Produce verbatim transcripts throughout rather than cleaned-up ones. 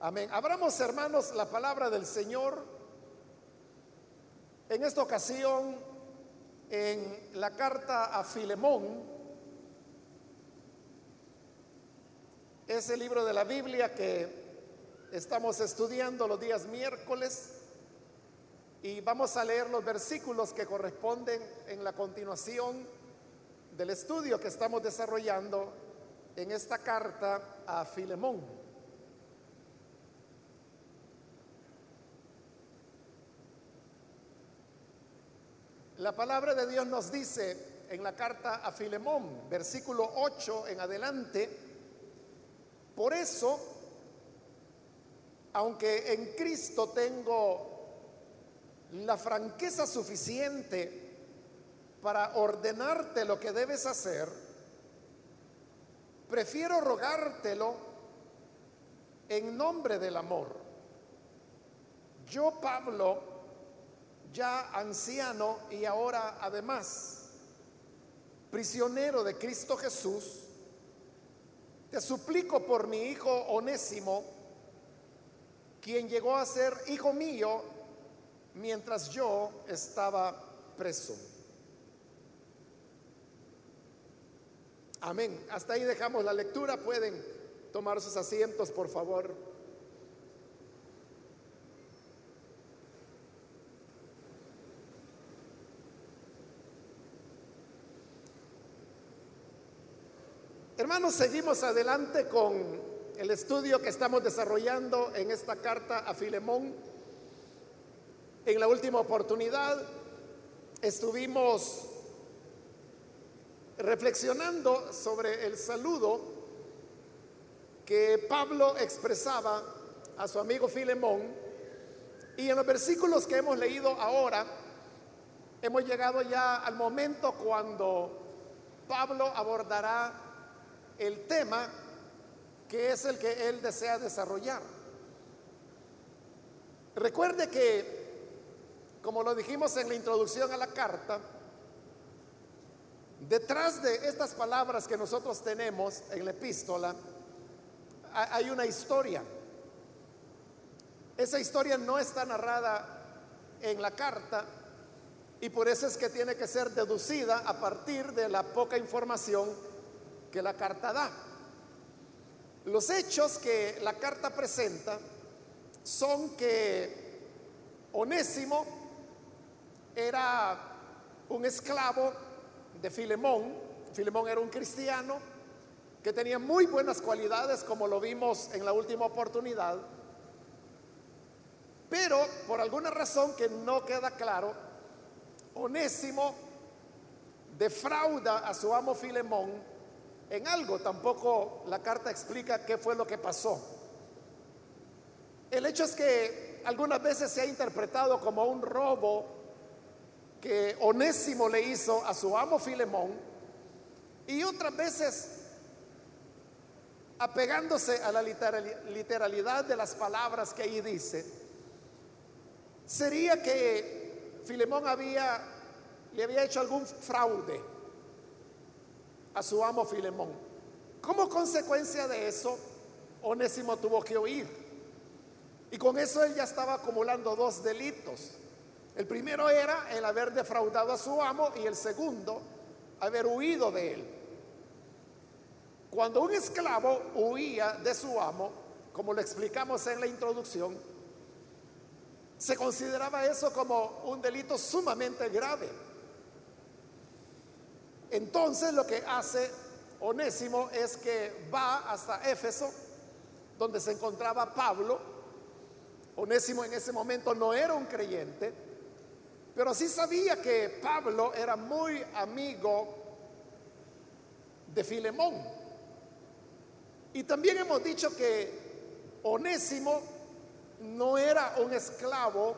Amén. Abramos, hermanos, la palabra del Señor. En esta ocasión, en la carta a Filemón, es el libro de la Biblia que estamos estudiando los días miércoles, y vamos a leer los versículos que corresponden en la continuación del estudio que estamos desarrollando en esta carta a Filemón. La palabra de Dios nos dice en la carta a Filemón, versículo ocho en adelante: por eso, aunque en Cristo tengo la franqueza suficiente para ordenarte lo que debes hacer, prefiero rogártelo en nombre del amor. Yo, Pablo, ya anciano y ahora además prisionero de Cristo Jesús, te suplico por mi hijo Onésimo, quien llegó a ser hijo mío mientras yo estaba preso. Amén. Hasta ahí dejamos la lectura. Pueden tomar sus asientos, por favor. Hermanos, seguimos adelante con el estudio que estamos desarrollando en esta carta a Filemón. En la última oportunidad estuvimos reflexionando sobre el saludo que Pablo expresaba a su amigo Filemón, y en los versículos que hemos leído ahora hemos llegado ya al momento cuando Pablo abordará el tema que es el que él desea desarrollar. Recuerde que, como lo dijimos en la introducción a la carta, detrás de estas palabras que nosotros tenemos en la epístola hay una historia. Esa historia no está narrada en la carta, y por eso es que tiene que ser deducida a partir de la poca información que la carta da. Los hechos que la carta presenta son que Onésimo era un esclavo de Filemón. Filemón era un cristiano que tenía muy buenas cualidades, como lo vimos en la última oportunidad, pero por alguna razón que no queda claro, Onésimo defrauda a su amo Filemón en algo. Tampoco la carta explica qué fue lo que pasó. El hecho es que algunas veces se ha interpretado como un robo que Onésimo le hizo a su amo Filemón, y otras veces, apegándose a la literalidad de las palabras que ahí dice, sería que Filemón había, le había hecho algún fraude a su amo Filemón. Como consecuencia de eso, Onésimo tuvo que huir, y con eso él ya estaba acumulando dos delitos. El primero era el haber defraudado a su amo, y el segundo, haber huido de él. Cuando un esclavo huía de su amo, como lo explicamos en la introducción, se consideraba eso como un delito sumamente grave. Entonces lo que hace Onésimo es que va hasta Éfeso, donde se encontraba Pablo. Onésimo en ese momento no era un creyente, pero sí sabía que Pablo era muy amigo de Filemón. Y también hemos dicho que Onésimo no era un esclavo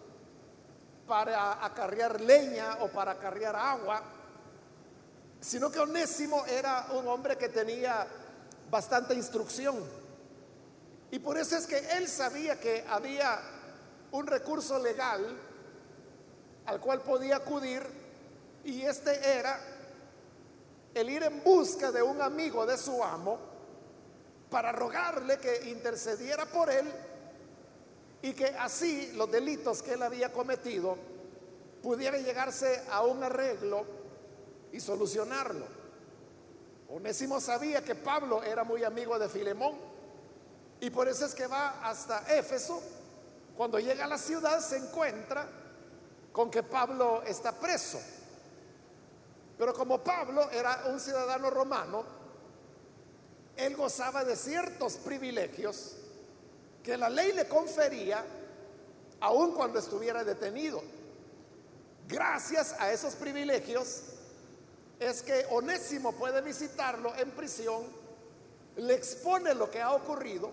para acarrear leña o para acarrear agua, sino que Onésimo era un hombre que tenía bastante instrucción, y por eso es que él sabía que había un recurso legal al cual podía acudir, y este era el ir en busca de un amigo de su amo para rogarle que intercediera por él y que así los delitos que él había cometido pudiera llegarse a un arreglo y solucionarlo. Onésimo sabía que Pablo era muy amigo de Filemón y por eso es que va hasta Éfeso. Cuando llega a la ciudad se encuentra con que Pablo está preso, pero como Pablo era un ciudadano romano, él gozaba de ciertos privilegios que la ley le confería aun cuando estuviera detenido. Gracias a esos privilegios es que Onésimo puede visitarlo en prisión, le expone lo que ha ocurrido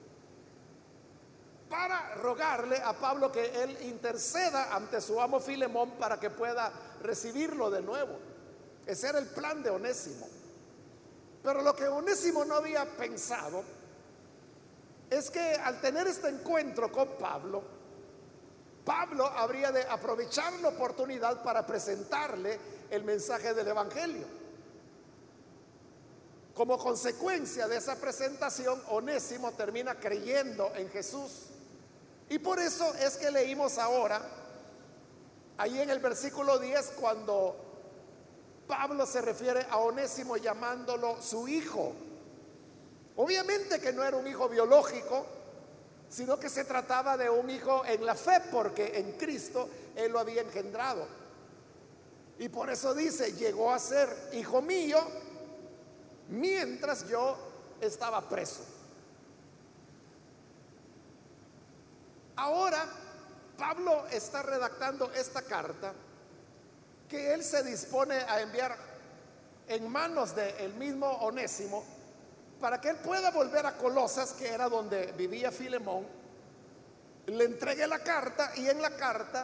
para rogarle a Pablo que él interceda ante su amo Filemón para que pueda recibirlo de nuevo. Ese era el plan de Onésimo. Pero lo que Onésimo no había pensado es que al tener este encuentro con Pablo, Pablo habría de aprovechar la oportunidad para presentarle el mensaje del Evangelio. Como consecuencia de esa presentación, Onésimo termina creyendo en Jesús. Y por eso es que leímos ahora, ahí en el versículo diez, cuando Pablo se refiere a Onésimo llamándolo su hijo. Obviamente que no era un hijo biológico, sino que se trataba de un hijo en la fe, porque en Cristo él lo había engendrado. Y por eso dice, llegó a ser hijo mío mientras yo estaba preso. Ahora Pablo está redactando esta carta que él se dispone a enviar en manos del mismo Onésimo, para que él pueda volver a Colosas, que era donde vivía Filemón, le entregue la carta, y en la carta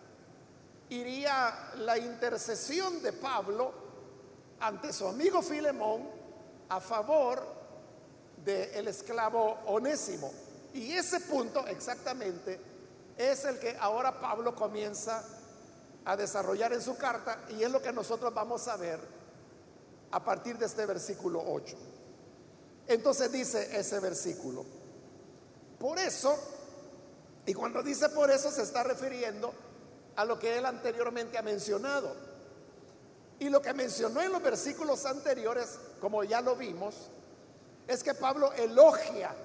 iría la intercesión de Pablo ante su amigo Filemón a favor del esclavo Onésimo. Y ese punto exactamente es el que ahora Pablo comienza a desarrollar en su carta, y es lo que nosotros vamos a ver a partir de este versículo ocho. Entonces dice ese versículo: por eso, y cuando dice por eso se está refiriendo a lo que él anteriormente ha mencionado. Y lo que mencionó en los versículos anteriores, como ya lo vimos, es que Pablo elogia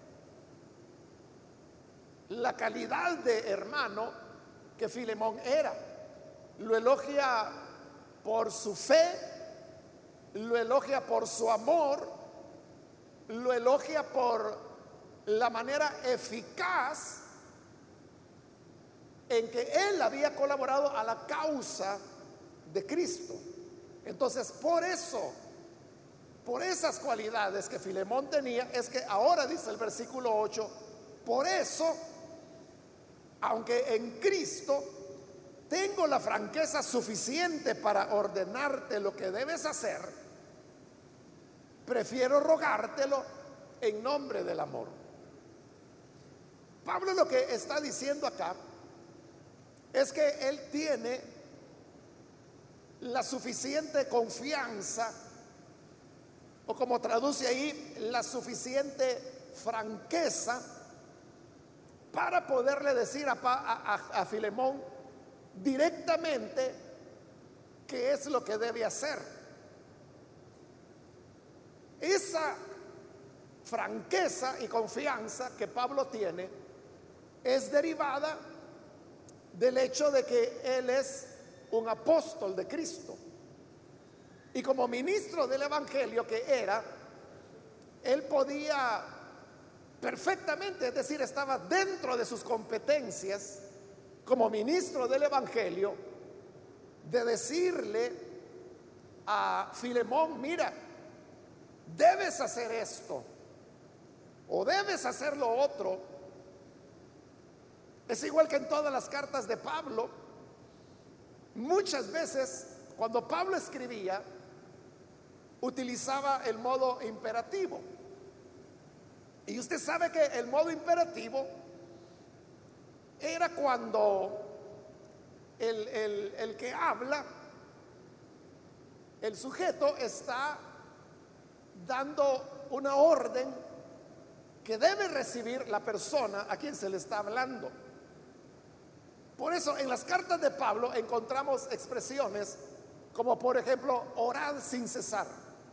la calidad de hermano que Filemón era. Lo elogia por su fe, lo elogia por su amor, lo elogia por la manera eficaz en que él había colaborado a la causa de Cristo. Entonces, por eso, por esas cualidades que Filemón tenía, es que ahora dice el versículo ocho: por eso, aunque en Cristo tengo la franqueza suficiente para ordenarte lo que debes hacer, prefiero rogártelo en nombre del amor. Pablo lo que está diciendo acá es que él tiene la suficiente confianza, o como traduce ahí, la suficiente franqueza para poderle decir a, a, a Filemón directamente qué es lo que debe hacer. Esa franqueza y confianza que Pablo tiene es derivada del hecho de que él es un apóstol de Cristo, y como ministro del Evangelio que era, él podía perfectamente, es decir, estaba dentro de sus competencias como ministro del Evangelio, de decirle a Filemón: mira, debes hacer esto o debes hacer lo otro. Es igual que en todas las cartas de Pablo. Muchas veces cuando Pablo escribía, utilizaba el modo imperativo. Y usted sabe que el modo imperativo era cuando el, el, el que habla, el sujeto, está dando una orden que debe recibir la persona a quien se le está hablando. Por eso en las cartas de Pablo encontramos expresiones como por ejemplo, orad sin cesar.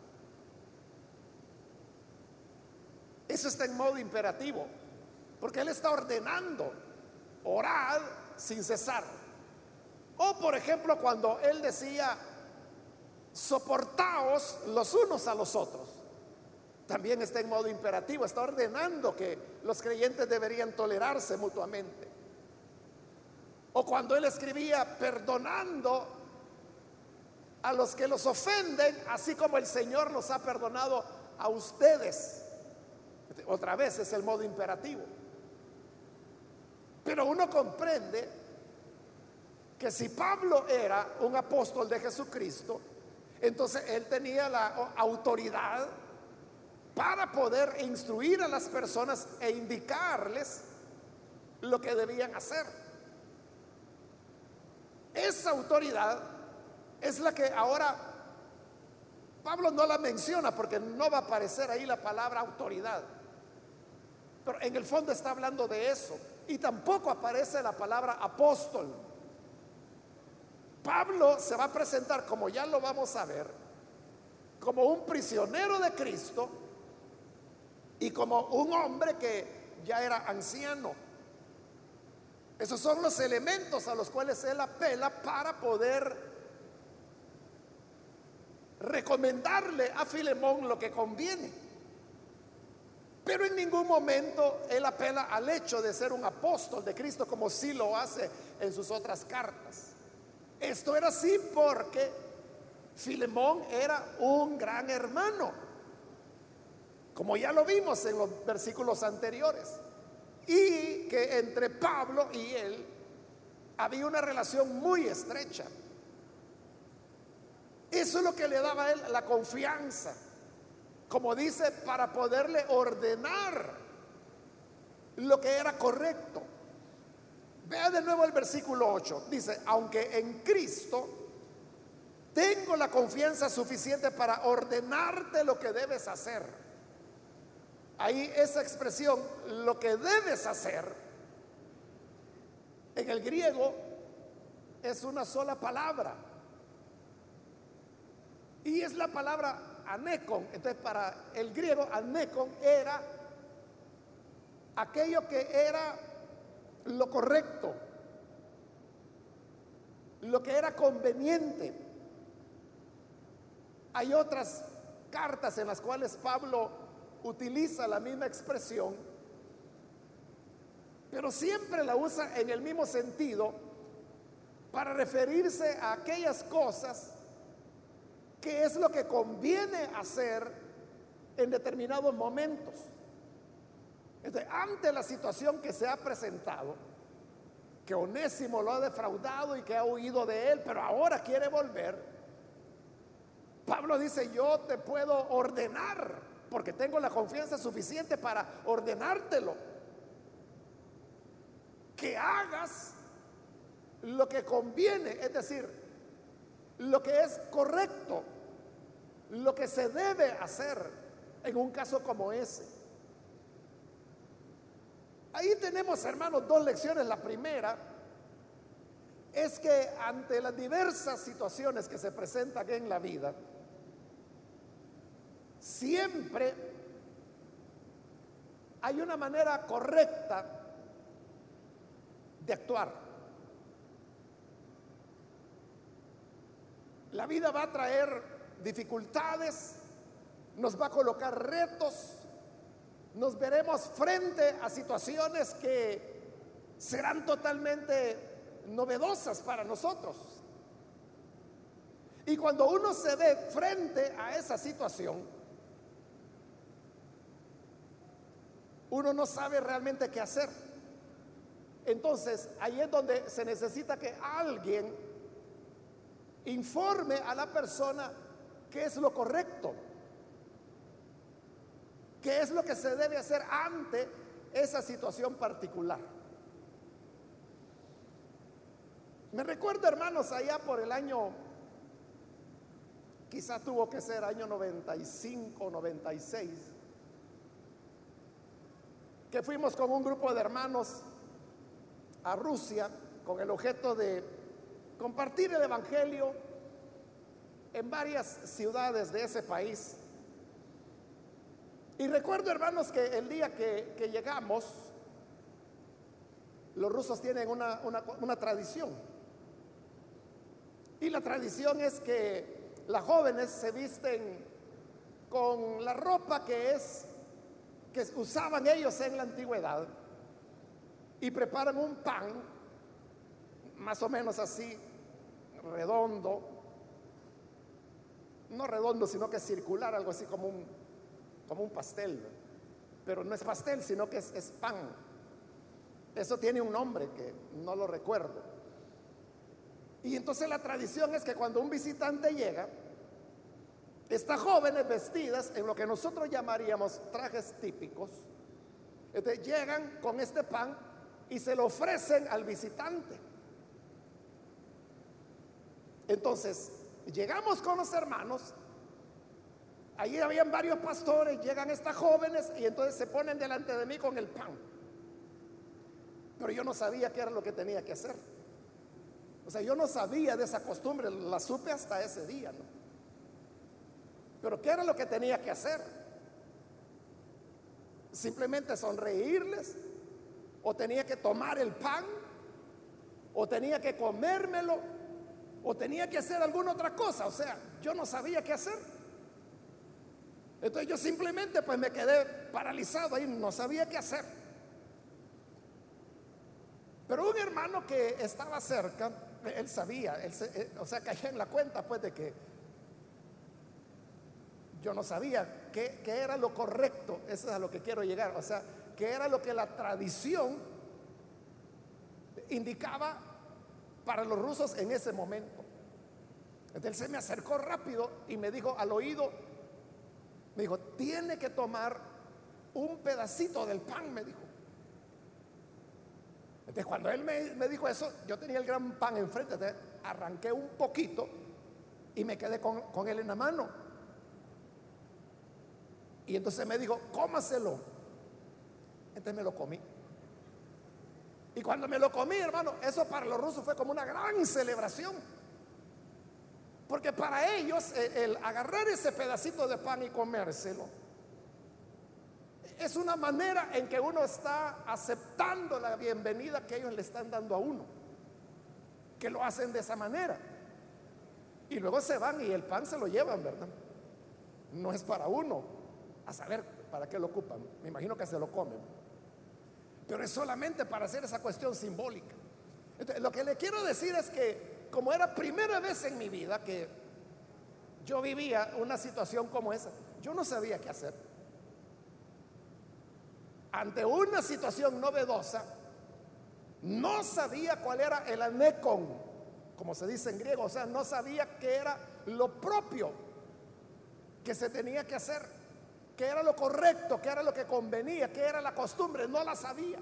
Eso está en modo imperativo, porque él está ordenando, orad sin cesar. O por ejemplo, cuando él decía, soportaos los unos a los otros, también está en modo imperativo, está ordenando que los creyentes deberían tolerarse mutuamente. O cuando él escribía, perdonando a los que los ofenden, así como el Señor los ha perdonado a ustedes. Otra vez es el modo imperativo. Pero uno comprende que si Pablo era un apóstol de Jesucristo, entonces él tenía la autoridad para poder instruir a las personas e indicarles lo que debían hacer. Esa autoridad es la que ahora Pablo no la menciona porque no va a aparecer ahí la palabra autoridad, pero en el fondo está hablando de eso. Y tampoco aparece la palabra apóstol. Pablo se va a presentar, como ya lo vamos a ver, como un prisionero de Cristo y como un hombre que ya era anciano. Esos son los elementos a los cuales él apela para poder recomendarle a Filemón lo que conviene. Pero en ningún momento él apela al hecho de ser un apóstol de Cristo, como sí lo hace en sus otras cartas. Esto era así porque Filemón era un gran hermano, como ya lo vimos en los versículos anteriores, y que entre Pablo y él había una relación muy estrecha. Eso es lo que le daba a él la confianza, como dice, para poderle ordenar lo que era correcto. Vea de nuevo el versículo ocho. Dice, aunque en Cristo tengo la confianza suficiente para ordenarte lo que debes hacer. Ahí esa expresión, lo que debes hacer, en el griego es una sola palabra. Y es la palabra anekon. Entonces para el griego anekon era aquello que era lo correcto, lo que era conveniente. Hay otras cartas en las cuales Pablo utiliza la misma expresión, pero siempre la usa en el mismo sentido para referirse a aquellas cosas que es lo que conviene hacer en determinados momentos. Entonces, ante la situación que se ha presentado, que Onésimo lo ha defraudado y que ha huido de él, pero ahora quiere volver, Pablo dice, yo te puedo ordenar, porque tengo la confianza suficiente para ordenártelo, que hagas lo que conviene, es decir, lo que es correcto, lo que se debe hacer en un caso como ese. Ahí tenemos, hermanos, dos lecciones. La primera es que ante las diversas situaciones que se presentan en la vida, siempre hay una manera correcta de actuar. La vida va a traer dificultades, nos va a colocar retos, nos veremos frente a situaciones que serán totalmente novedosas para nosotros. Y cuando uno se ve frente a esa situación, uno no sabe realmente qué hacer. Entonces, ahí es donde se necesita que alguien informe a la persona qué es lo correcto, qué es lo que se debe hacer ante esa situación particular. Me recuerdo, hermanos, allá por el año, quizá tuvo que ser año noventa y cinco, noventa y seis, que fuimos con un grupo de hermanos a Rusia con el objeto de compartir el evangelio en varias ciudades de ese país. Y recuerdo, hermanos, que el día que, que llegamos, los rusos tienen una, una, una tradición. Y la tradición es que las jóvenes se visten con la ropa que es que usaban ellos en la antigüedad y preparan un pan más o menos así, redondo, no redondo sino que circular, algo así como un, como un pastel, pero no es pastel sino que es, es pan. Eso tiene un nombre que no lo recuerdo. Y entonces la tradición es que cuando un visitante llega, estas jóvenes vestidas en lo que nosotros llamaríamos trajes típicos, entonces llegan con este pan y se lo ofrecen al visitante. Entonces llegamos con los hermanos, allí habían varios pastores, llegan estas jóvenes y entonces se ponen delante de mí con el pan, pero yo no sabía qué era lo que tenía que hacer. O sea, yo no sabía de esa costumbre, la supe hasta ese día, ¿no? Pero ¿qué era lo que tenía que hacer? Simplemente sonreírles, o tenía que tomar el pan, o tenía que comérmelo, o tenía que hacer alguna otra cosa. O sea, yo no sabía qué hacer. Entonces yo simplemente pues me quedé paralizado ahí, no sabía qué hacer. Pero un hermano que estaba cerca, él sabía, él se, o sea, caía en la cuenta pues de que yo no sabía qué, qué era lo correcto. Eso es a lo que quiero llegar. O sea, qué era lo que la tradición indicaba para los rusos en ese momento. Entonces él se me acercó rápido y me dijo al oído, me dijo, tiene que tomar un pedacito del pan, me dijo. Entonces cuando él me, me dijo eso, yo tenía el gran pan enfrente, entonces arranqué un poquito y me quedé con, con él en la mano. Y entonces me dijo, cómaselo. Entonces me lo comí. Y cuando me lo comí, hermano, eso para los rusos fue como una gran celebración. Porque para ellos el agarrar ese pedacito de pan y comérselo es una manera en que uno está aceptando la bienvenida que ellos le están dando a uno, que lo hacen de esa manera. Y luego se van y el pan se lo llevan, ¿verdad? No es para uno. A saber para qué lo ocupan. Me imagino que se lo comen. Pero es solamente para hacer esa cuestión simbólica. Entonces, lo que le quiero decir es que como era primera vez en mi vida que yo vivía una situación como esa, yo no sabía qué hacer. Ante una situación novedosa, no sabía cuál era el anekon, como se dice en griego. O sea, no sabía qué era lo propio que se tenía que hacer, qué era lo correcto, qué era lo que convenía, qué era la costumbre. No la sabía.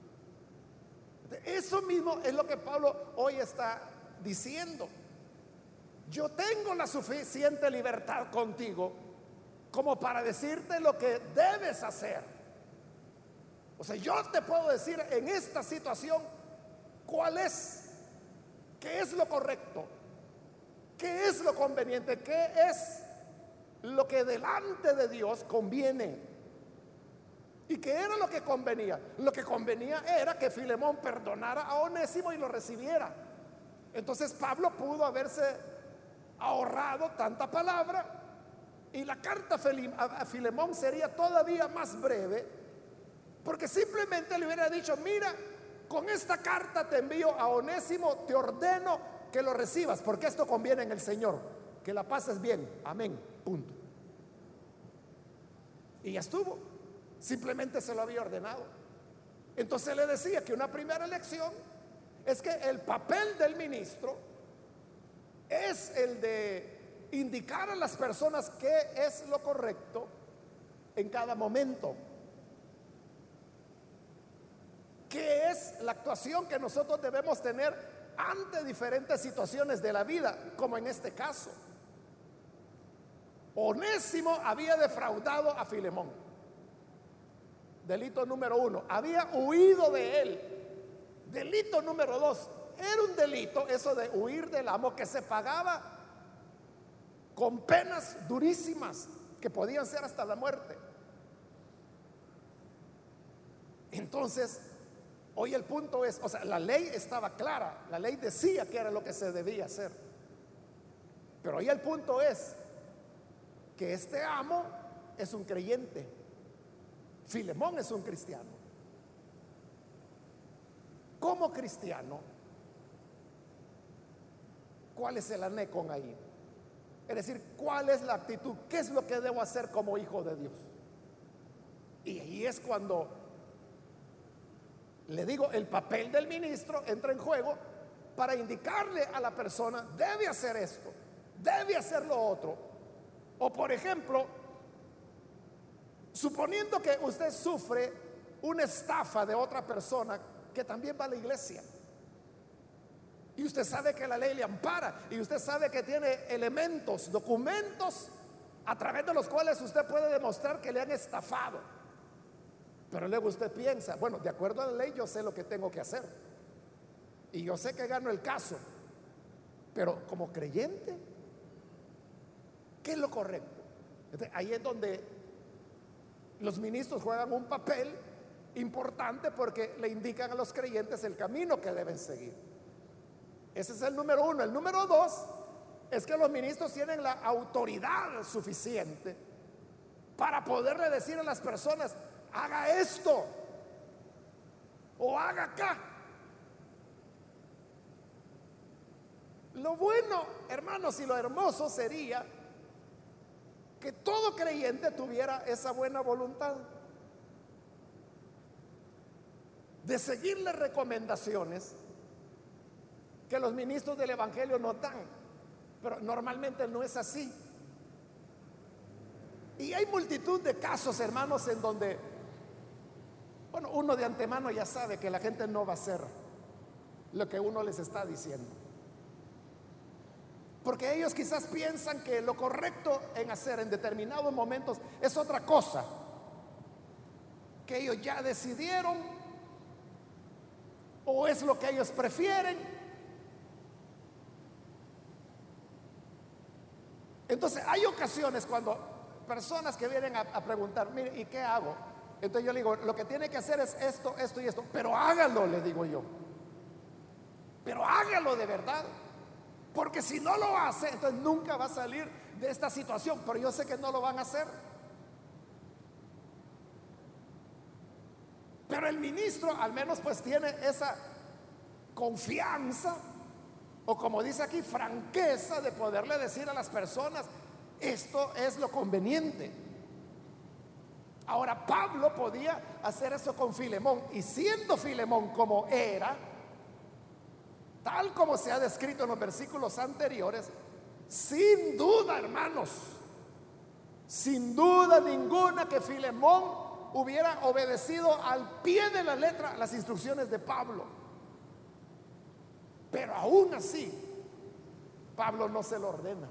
Eso mismo es lo que Pablo hoy está diciendo. Yo tengo la suficiente libertad contigo como para decirte lo que debes hacer. O sea, yo te puedo decir en esta situación cuál es, qué es lo correcto, qué es lo conveniente, qué es lo que delante de Dios conviene. ¿Y qué era lo que convenía? Lo que convenía era que Filemón perdonara a Onésimo y lo recibiera. Entonces Pablo pudo haberse ahorrado tanta palabra y la carta a Filemón sería todavía más breve, porque simplemente le hubiera dicho, mira, con esta carta te envío a Onésimo, te ordeno que lo recibas, porque esto conviene en el Señor, que la pases bien, amén, punto. Y ya estuvo, simplemente se lo había ordenado. Entonces le decía que una primera lección es que el papel del ministro es el de indicar a las personas qué es lo correcto en cada momento, qué es la actuación que nosotros debemos tener ante diferentes situaciones de la vida, como en este caso. Onésimo había defraudado a Filemón. Delito número uno, había huido de él. Delito número dos, era un delito eso de huir del amo que se pagaba con penas durísimas que podían ser hasta la muerte. Entonces, hoy el punto es, o sea, la ley estaba clara, la ley decía que era lo que se debía hacer. Pero hoy el punto es que este amo es un creyente. Filemón es un cristiano. Como cristiano, ¿cuál es el anecon ahí? Es decir, ¿cuál es la actitud? ¿Qué es lo que debo hacer como hijo de Dios? Y ahí es cuando le digo, el papel del ministro entra en juego para indicarle a la persona, debe hacer esto, debe hacer lo otro. O por ejemplo, suponiendo que usted sufre una estafa de otra persona que también va a la iglesia, y usted sabe que la ley le ampara, y usted sabe que tiene elementos, documentos a través de los cuales usted puede demostrar que le han estafado. Pero luego usted piensa, bueno, de acuerdo a la ley yo sé lo que tengo que hacer y yo sé que gano el caso, pero como creyente, ¿qué es lo correcto? Entonces, ahí es donde los ministros juegan un papel importante, porque le indican a los creyentes el camino que deben seguir. Ese es el número uno. El número dos es que los ministros tienen la autoridad suficiente para poderle decir a las personas, haga esto o haga acá. Lo bueno, hermanos, y lo hermoso sería que todo creyente tuviera esa buena voluntad de seguir las recomendaciones que los ministros del evangelio nos dan, pero normalmente no es así. Y hay multitud de casos, hermanos, en donde, bueno, uno de antemano ya sabe que la gente no va a hacer lo que uno les está diciendo, porque ellos quizás piensan que lo correcto en hacer en determinados momentos es otra cosa, que ellos ya decidieron, o es lo que ellos prefieren. Entonces hay ocasiones cuando personas que vienen a, a preguntar, mire, ¿y qué hago? Entonces yo le digo, lo que tiene que hacer es esto, esto y esto, pero hágalo, le digo yo, pero hágalo de verdad, porque si no lo hace, entonces nunca va a salir de esta situación. Pero yo sé que no lo van a hacer. Pero el ministro al menos pues tiene esa confianza, o como dice aquí, franqueza, de poderle decir a las personas, esto es lo conveniente. Ahora, Pablo podía hacer eso con Filemón, y siendo Filemón como era, tal como se ha descrito en los versículos anteriores, sin duda, hermanos, sin duda ninguna que Filemón hubiera obedecido al pie de la letra las instrucciones de Pablo. Pero aún así, Pablo no se lo ordena.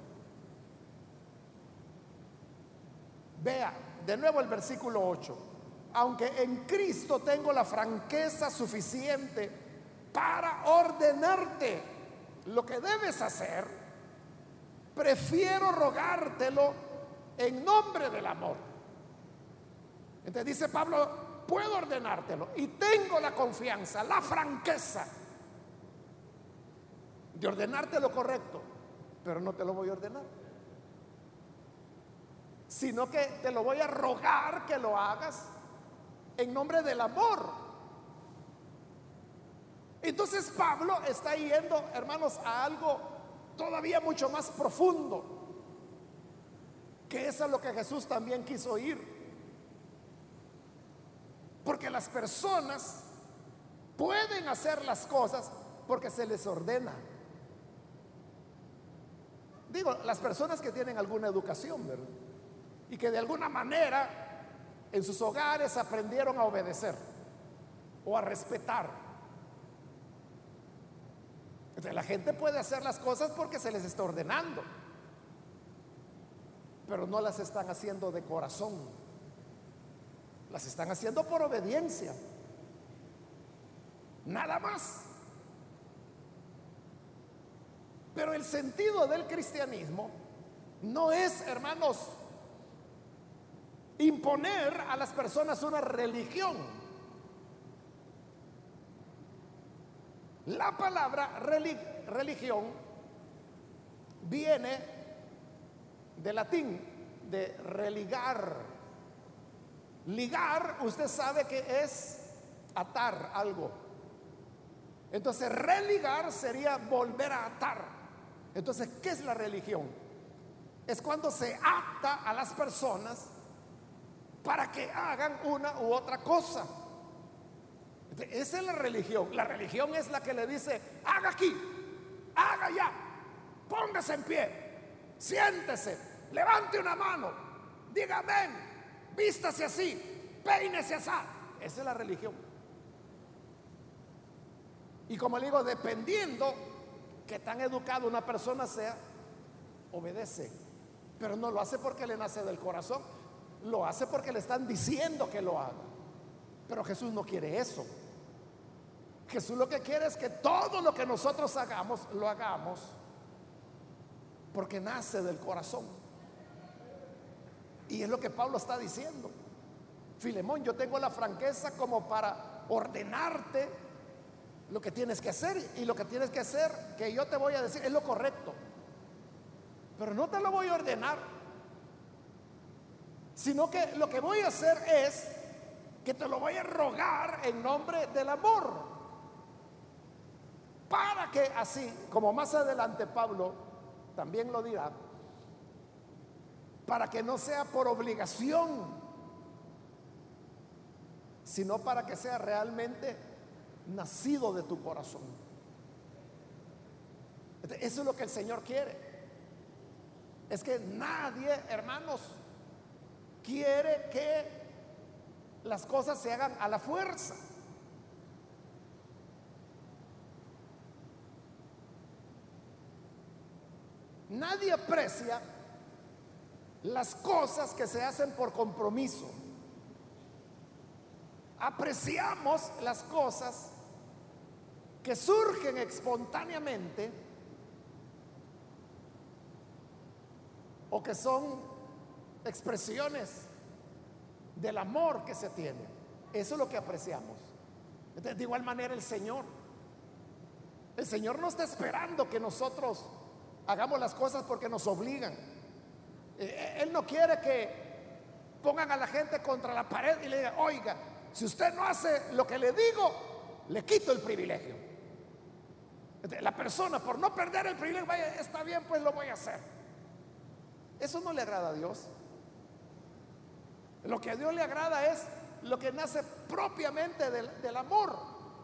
Vea de nuevo el versículo ocho. Aunque en Cristo tengo la franqueza suficiente para ordenarte lo que debes hacer, prefiero rogártelo en nombre del amor. Entonces dice Pablo, puedo ordenártelo y tengo la confianza, la franqueza de ordenarte lo correcto, pero no te lo voy a ordenar, sino que te lo voy a rogar que lo hagas en nombre del amor. Entonces Pablo está yendo, hermanos, a algo todavía mucho más profundo, que es a lo que Jesús también quiso ir. Porque las personas pueden hacer las cosas porque se les ordena. Digo, las personas que tienen alguna educación, ¿verdad? Y que de alguna manera en sus hogares aprendieron a obedecer o a respetar. Entonces, la gente puede hacer las cosas porque se les está ordenando, pero no las están haciendo de corazón. las están haciendo por obediencia, nada más. Pero el sentido del cristianismo no es, hermanos, imponer a las personas una religión. La palabra relig- religión viene del latín, de religar. Ligar, usted sabe que es atar algo. Entonces, religar sería volver a atar. Entonces, ¿qué es la religión? Es cuando se ata a las personas para que hagan una u otra cosa. Esa es la religión. La religión es la que le dice: haga aquí, haga allá, póngase en pie, siéntese, levante una mano, diga amén, vístase así, peínese así. Esa es la religión. Y como le digo, dependiendo que tan educada una persona sea, obedece. Pero no lo hace porque le nace del corazón, lo hace porque le están diciendo que lo haga. Pero Jesús no quiere eso. Jesús lo que quiere es que todo lo que nosotros hagamos, lo hagamos porque nace del corazón. Y es lo que Pablo está diciendo. Filemón, yo tengo la franqueza como para ordenarte lo que tienes que hacer, y lo que tienes que hacer, que yo te voy a decir, es lo correcto, pero no te lo voy a ordenar, sino que lo que voy a hacer es que te lo voy a rogar en nombre del amor, para que así, como más adelante Pablo también lo dirá, para que no sea por obligación, sino para que sea realmente nacido de tu corazón. Eso es lo que el Señor quiere. Es que nadie, hermanos, quiere que las cosas se hagan a la fuerza. Nadie aprecia las cosas que se hacen por compromiso. Apreciamos las cosas que surgen espontáneamente o que son expresiones del amor que se tiene. Eso es lo que apreciamos. Entonces, de igual manera el Señor el Señor no está esperando que nosotros hagamos las cosas porque nos obligan. Él no quiere que pongan a la gente contra la pared y le digan: oiga, si usted no hace lo que le digo, le quito el privilegio. La persona, por no perder el privilegio, vaya, está bien, pues lo voy a hacer. Eso no le agrada a Dios. Lo que a Dios le agrada es lo que nace propiamente del, del amor.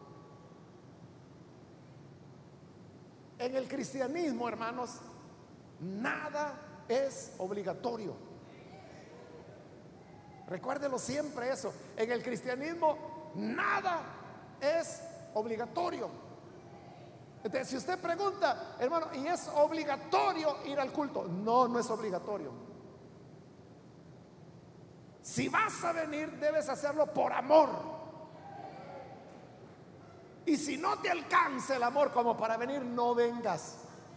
En el cristianismo, hermanos, nada es obligatorio. Recuérdelo siempre eso. En el cristianismo nada es obligatorio. Entonces, si usted pregunta: hermano, ¿y es obligatorio ir al culto? No, no es obligatorio. Si vas a venir, debes hacerlo por amor. Y si no te alcanza el amor como para venir, no vengas.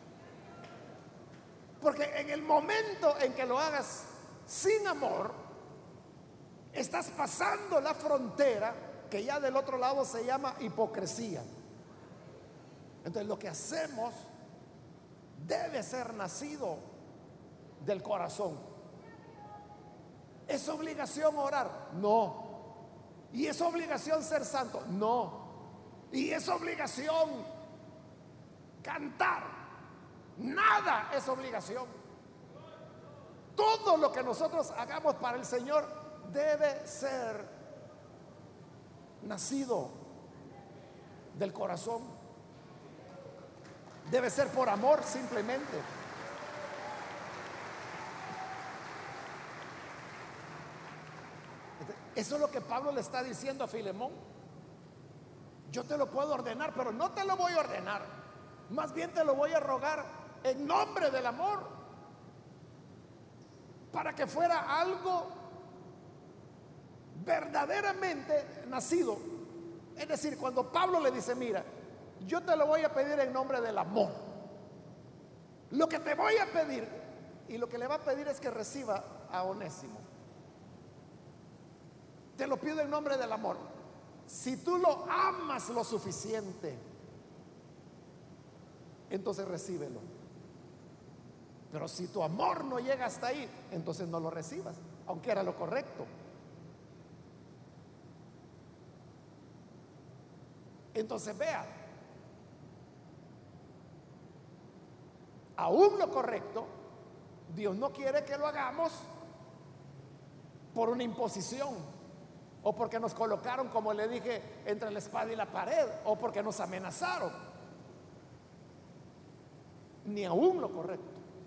Porque en el momento en que lo hagas sin amor, estás pasando la frontera que ya del otro lado se llama hipocresía. Entonces, lo que hacemos debe ser nacido del corazón. ¿Es obligación orar? No. ¿Y es obligación ser santo? No. ¿Y es obligación cantar? Nada es obligación. Todo lo que nosotros hagamos para el Señor debe ser nacido del corazón. Debe ser por amor simplemente. Eso es lo que Pablo le está diciendo a Filemón. Yo te lo puedo ordenar, pero no te lo voy a ordenar. Más bien te lo voy a rogar en nombre del amor, para que fuera algo verdaderamente nacido. Es decir, cuando Pablo le dice, mira, yo te lo voy a pedir en nombre del amor. Lo que te voy a pedir, y lo que le va a pedir es que reciba a Onésimo. Te lo pido en nombre del amor. Si tú lo amas lo suficiente, entonces recíbelo. Pero si tu amor no llega hasta ahí, entonces no lo recibas, aunque era lo correcto. Entonces vea, aún lo correcto, Dios no quiere que lo hagamos por una imposición, o porque nos colocaron, como le dije, entre la espada y la pared, o porque nos amenazaron. Ni aún lo correcto.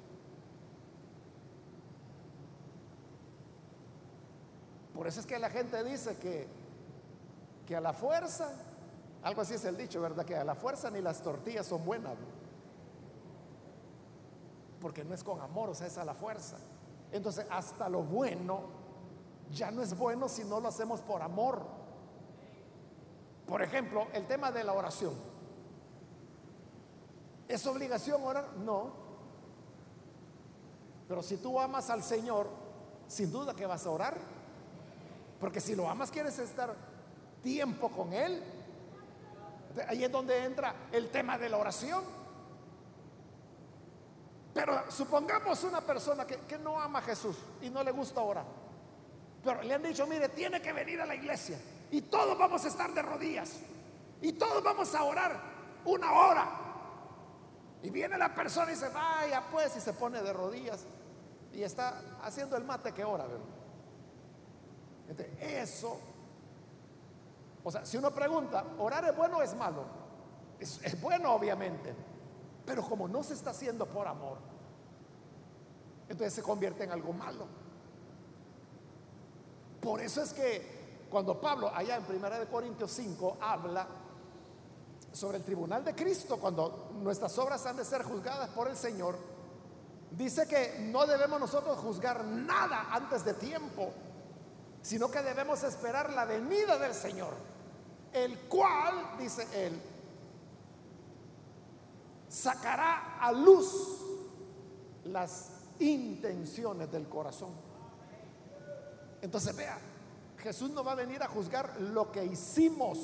Por eso es que la gente dice que, que a la fuerza, algo así es el dicho, ¿verdad? Que a la fuerza ni las tortillas son buenas, ¿no? Porque no es con amor, o sea, es a la fuerza. Entonces, hasta lo bueno ya no es bueno si no lo hacemos por amor. Por ejemplo, el tema de la oración. ¿Es obligación orar? No. Pero si tú amas al Señor, sin duda que vas a orar. Porque si lo amas, quieres estar tiempo con Él. Ahí es donde entra el tema de la oración. Pero supongamos una persona que, que no ama a Jesús y no le gusta orar, pero le han dicho, mire, tiene que venir a la iglesia y todos vamos a estar de rodillas y todos vamos a orar una hora. Y viene la persona y dice, vaya pues, y se pone de rodillas y está haciendo el mate que ora, ¿verdad? Entonces, eso, o sea, si uno pregunta, ¿orar es bueno o es malo? Es, es bueno, obviamente, pero como no se está haciendo por amor, entonces se convierte en algo malo. Por eso es que cuando Pablo allá en primera de Corintios cinco habla sobre el tribunal de Cristo, cuando nuestras obras han de ser juzgadas por el Señor, dice que no debemos nosotros juzgar nada antes de tiempo, sino que debemos esperar la venida del Señor, el cual, dice él, sacará a luz las intenciones del corazón. Entonces vea, Jesús no va a venir a juzgar lo que hicimos.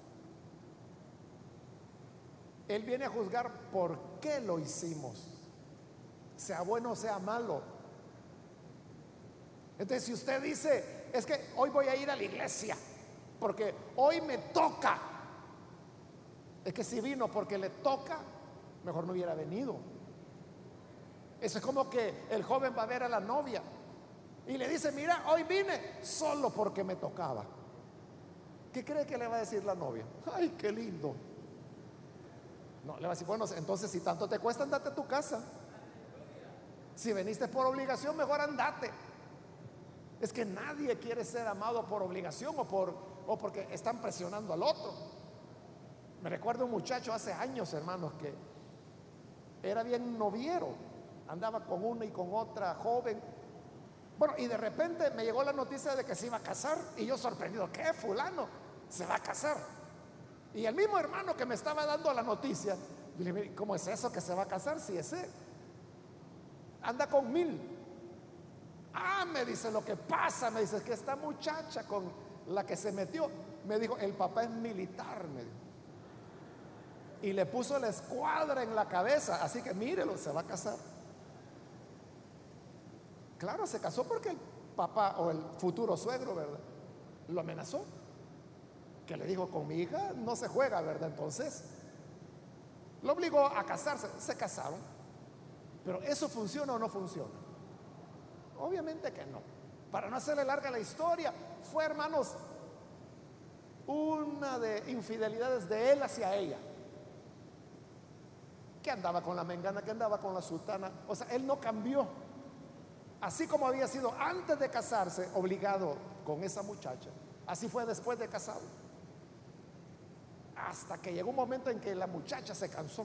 Él viene a juzgar por qué lo hicimos, sea bueno o sea malo. Entonces, si usted dice, es que hoy voy a ir a la iglesia porque hoy me toca, es que si vino porque le toca, mejor no hubiera venido. Eso es como que el joven va a ver a la novia y le dice, mira, hoy vine solo porque me tocaba. ¿Qué cree que le va a decir la novia? Ay, qué lindo. No, le va a decir, bueno, entonces si tanto te cuesta, andate a tu casa. Si veniste por obligación, mejor andate. Es que nadie quiere ser amado por obligación o, por, o porque están presionando al otro. Me recuerdo un muchacho hace años, hermanos, que era bien noviero, andaba con una y con otra joven. Bueno, y de repente me llegó la noticia de que se iba a casar y yo sorprendido, ¿qué? Fulano se va a casar. Y el mismo hermano que me estaba dando la noticia, le dije, ¿cómo es eso que se va a casar? Si ese anda con mil. Ah, me dice, lo que pasa, me dice, es que esta muchacha con la que se metió, me dijo, el papá es militar, me dijo, y le puso la escuadra en la cabeza, así que mírelo, se va a casar. Claro, se casó porque el papá o el futuro suegro, ¿verdad?, lo amenazó, que le dijo, con mi hija no se juega, ¿verdad? Entonces lo obligó a casarse. Se casaron. Pero ¿eso funciona o no funciona? Obviamente que no. Para no hacerle larga la historia, fue, hermanos, una de infidelidades de él hacia ella, que andaba con la mengana, que andaba con la sultana. O sea, él no cambió. Así como había sido antes de casarse obligado con esa muchacha, así fue después de casado, hasta que llegó un momento en que la muchacha se cansó.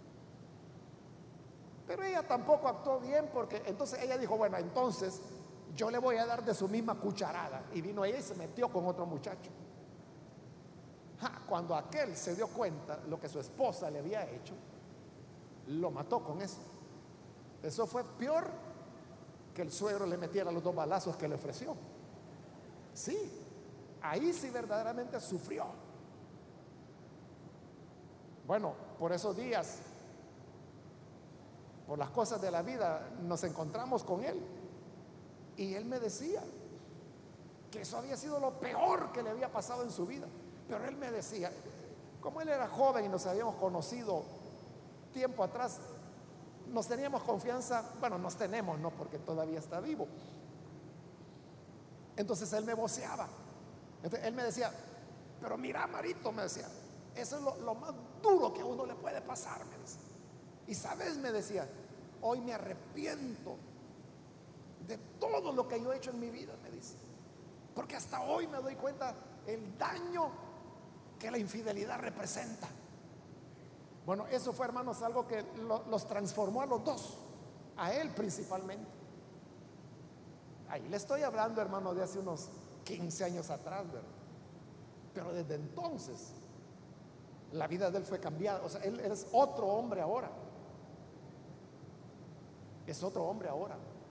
Pero ella tampoco actuó bien, porque entonces ella dijo, bueno, entonces yo le voy a dar de su misma cucharada. Y vino ella y se metió con otro muchacho. Ja, cuando aquel se dio cuenta lo que su esposa le había hecho, lo mató con eso. Eso fue peor que el suegro le metiera los dos balazos que le ofreció. Sí, ahí sí verdaderamente sufrió. Bueno, por esos días, por las cosas de la vida, nos encontramos con él. Y él me decía que eso había sido lo peor que le había pasado en su vida. Pero él me decía, como él era joven y nos habíamos conocido tiempo atrás, nos teníamos confianza, bueno, nos tenemos, no, porque todavía está vivo. Entonces él me voceaba. Entonces él me decía, pero mira, Marito, me decía, eso es lo, lo más duro que a uno le puede pasar, me decía. Y sabes, me decía, hoy me arrepiento de todo lo que yo he hecho en mi vida, me dice, porque hasta hoy me doy cuenta el daño que la infidelidad representa. Bueno, eso fue, hermanos, algo que lo, los transformó a los dos, a él principalmente. Ahí le estoy hablando, hermano, de hace unos quince años atrás, ¿verdad? Pero desde entonces la vida de él fue cambiada. O sea, él, él es otro hombre ahora. Es otro hombre ahora.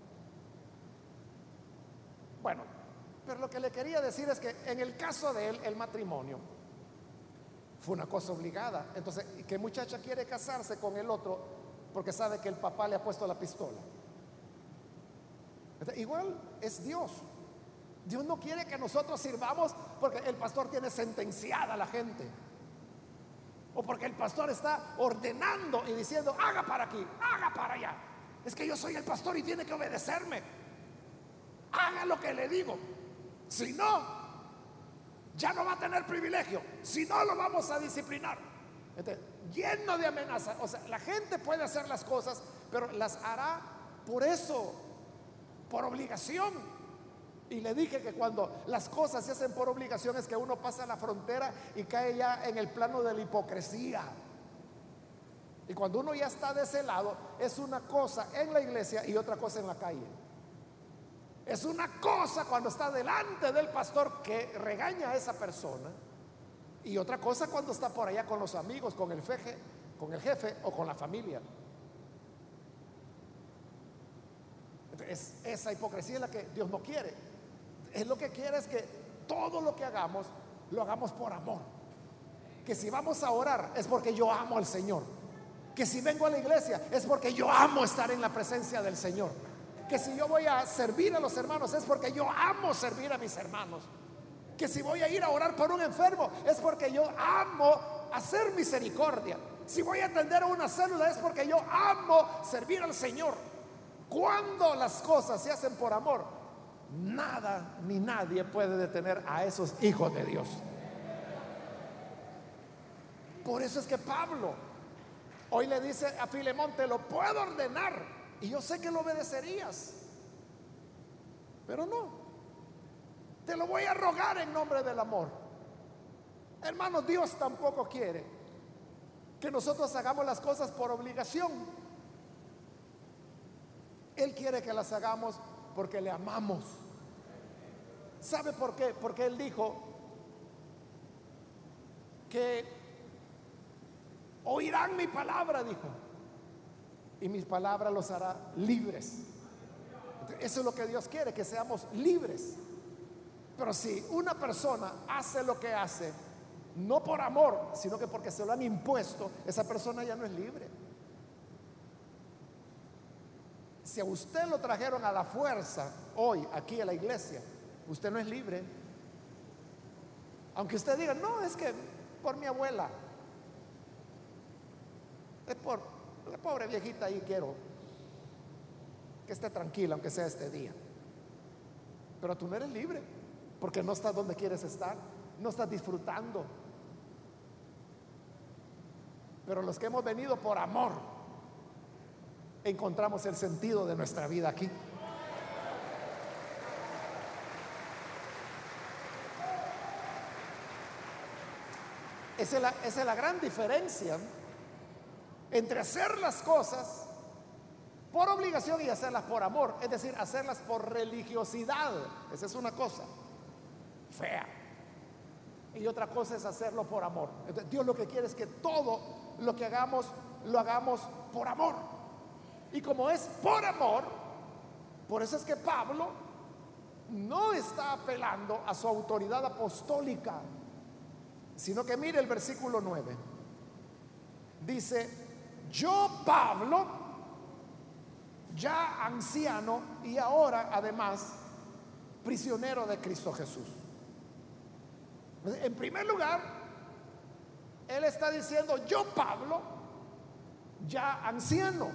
Bueno, pero lo que le quería decir es que en el caso de él, el matrimonio fue una cosa obligada. Entonces, ¿qué muchacha quiere casarse con el otro porque sabe que el papá le ha puesto la pistola? Entonces, igual es Dios. Dios no quiere que nosotros sirvamos porque el pastor tiene sentenciada a la gente, o porque el pastor está ordenando y diciendo, haga para aquí, haga para allá. Es que yo soy el pastor y tiene que obedecerme. Haga lo que le digo. Si no, ya no va a tener privilegio. Si no, lo vamos a disciplinar. Entonces, lleno de amenazas. O sea, la gente puede hacer las cosas, pero las hará por eso, por obligación. Y le dije que cuando las cosas se hacen por obligación es que uno pasa la frontera y cae ya en el plano de la hipocresía. Y cuando uno ya está de ese lado, es una cosa en la iglesia y otra cosa en la calle. Es una cosa cuando está delante del pastor que regaña a esa persona, y otra cosa cuando está por allá con los amigos, con el jefe, con el jefe o con la familia. Entonces, esa hipocresía es la que Dios no quiere. Es lo que quiere es que todo lo que hagamos lo hagamos por amor. Que si vamos a orar es porque yo amo al Señor. Que si vengo a la iglesia es porque yo amo estar en la presencia del Señor. Que si yo voy a servir a los hermanos es porque yo amo servir a mis hermanos. Que si voy a ir a orar por un enfermo es porque yo amo hacer misericordia. Si voy a atender a una célula es porque yo amo servir al Señor. Cuando las cosas se hacen por amor, nada ni nadie puede detener a esos hijos de Dios. Por eso es que Pablo hoy le dice a Filemón, te lo puedo ordenar y yo sé que lo obedecerías, pero no, te lo voy a rogar en nombre del amor. Hermanos, Dios tampoco quiere que nosotros hagamos las cosas por obligación. Él quiere que las hagamos porque le amamos. ¿Sabe por qué? Porque Él dijo que oirán mi palabra, dijo, y mis palabras los hará libres. Eso es lo que Dios quiere, que seamos libres. Pero si una persona hace lo que hace, no por amor, sino que porque se lo han impuesto, esa persona ya no es libre. Si a usted lo trajeron a la fuerza hoy aquí a la iglesia, usted no es libre. Aunque usted diga, no, es que por mi abuela, es por la pobre viejita ahí, quiero que esté tranquila aunque sea este día. Pero tú no eres libre, porque no estás donde quieres estar, no estás disfrutando. Pero los que hemos venido por amor, encontramos el sentido de nuestra vida aquí. Esa es la, esa es la gran diferencia entre hacer las cosas por obligación y hacerlas por amor, es decir, hacerlas por religiosidad. Esa es una cosa fea. Y otra cosa es hacerlo por amor. Entonces, Dios lo que quiere es que todo lo que hagamos, lo hagamos por amor. Y como es por amor, por eso es que Pablo no está apelando a su autoridad apostólica, sino que mire el versículo nueve. Dice: yo, Pablo, ya anciano y ahora además prisionero de Cristo Jesús. En primer lugar, él está diciendo: yo, Pablo, ya anciano.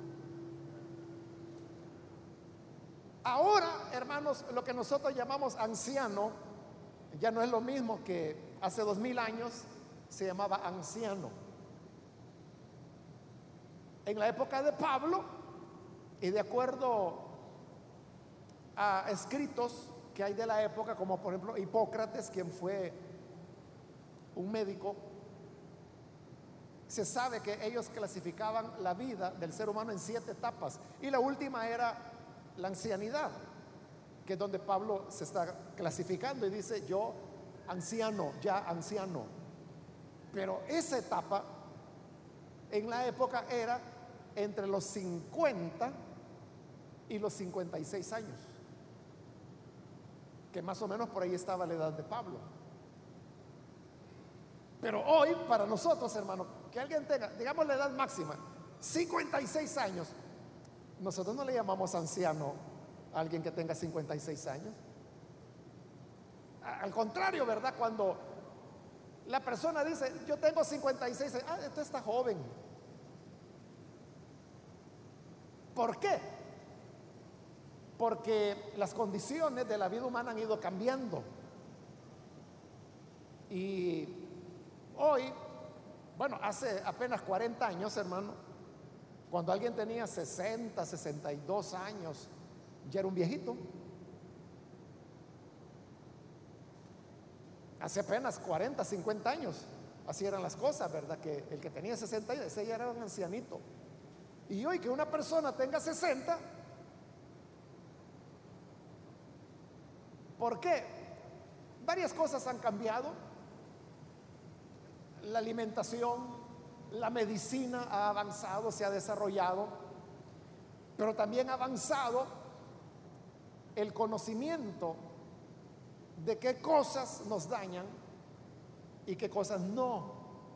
Ahora, hermanos, lo que nosotros llamamos anciano ya no es lo mismo que hace dos mil años se llamaba anciano. En la época de Pablo, y de acuerdo a escritos que hay de la época, como por ejemplo Hipócrates, quien fue un médico, se sabe que ellos clasificaban la vida del ser humano en siete etapas, y la última era la ancianidad, que es donde Pablo se está clasificando y dice: yo anciano, ya anciano. Pero esa etapa en la época era entre los cincuenta y los cincuenta y seis años, que más o menos por ahí estaba la edad de Pablo. Pero hoy, para nosotros, hermano, que alguien tenga, digamos, la edad máxima cincuenta y seis años, nosotros no le llamamos anciano a alguien que tenga cincuenta y seis años. Al contrario, ¿verdad? Cuando la persona dice: yo tengo cincuenta y seis años, ah, esto está joven. ¿Por qué? Porque las condiciones de la vida humana han ido cambiando. Y hoy, bueno, hace apenas cuarenta años, hermano, cuando alguien tenía sesenta, sesenta y dos años, ya era un viejito. Hace apenas cuarenta, cincuenta años, así eran las cosas, ¿verdad? Que el que tenía sesenta, ese ya era un ancianito. Y hoy que una persona tenga sesenta, ¿por qué? Varias cosas han cambiado. La alimentación, la medicina ha avanzado, se ha desarrollado, pero también ha avanzado el conocimiento de qué cosas nos dañan y qué cosas no.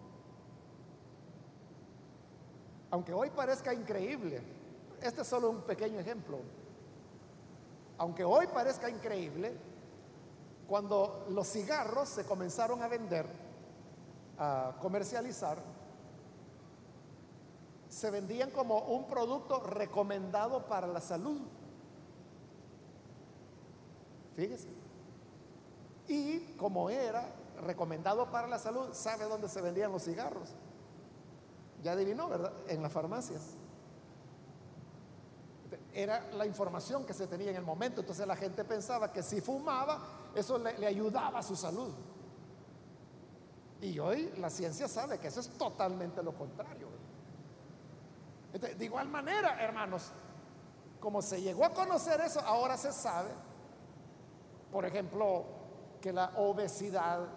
Aunque hoy parezca increíble, este es solo un pequeño ejemplo. Aunque hoy parezca increíble, cuando los cigarros se comenzaron a vender, a comercializar, se vendían como un producto recomendado para la salud. Fíjese. Y como era recomendado para la salud, ¿sabe dónde se vendían los cigarros? Ya adivinó, ¿verdad? En las farmacias. Era la información que se tenía en el momento. Entonces la gente pensaba que si fumaba, eso le, le ayudaba a su salud. Y hoy la ciencia sabe que eso es totalmente lo contrario. Entonces, de igual manera, hermanos, como se llegó a conocer eso, ahora se sabe, por ejemplo, que la obesidad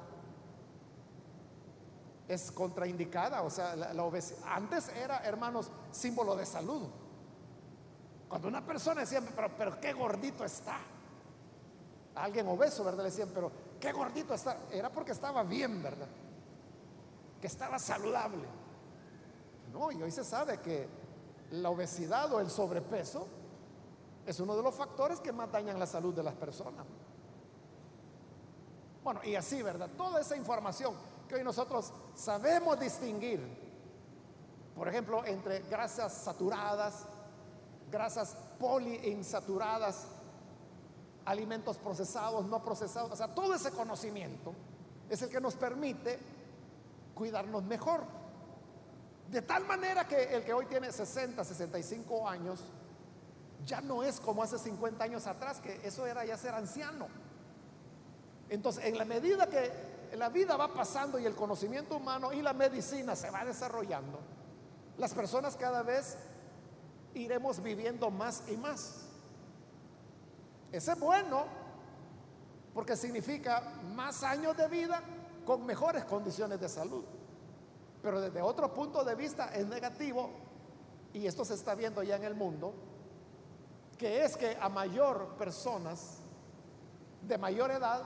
es contraindicada. O sea, la, la obesidad antes era, hermanos, símbolo de salud. Cuando una persona decía: pero, pero qué gordito está, alguien obeso, ¿verdad? Le decían: pero qué gordito está, era porque estaba bien, ¿verdad? Que estaba saludable. No, y hoy se sabe que la obesidad o el sobrepeso es uno de los factores que más dañan la salud de las personas. Bueno, y así, ¿verdad? Toda esa información que hoy nosotros sabemos distinguir, por ejemplo, entre grasas saturadas, grasas poliinsaturadas, alimentos procesados, no procesados. O sea, todo ese conocimiento es el que nos permite cuidarnos mejor. De tal manera que el que hoy tiene sesenta, sesenta y cinco años ya no es como hace cincuenta años atrás, que eso era ya ser anciano. Entonces, en la medida que la vida va pasando y el conocimiento humano y la medicina se va desarrollando, las personas cada vez iremos viviendo más y más. Eso es bueno porque significa más años de vida con mejores condiciones de salud. Pero desde otro punto de vista es negativo, y esto se está viendo ya en el mundo, que es que a mayor personas de mayor edad,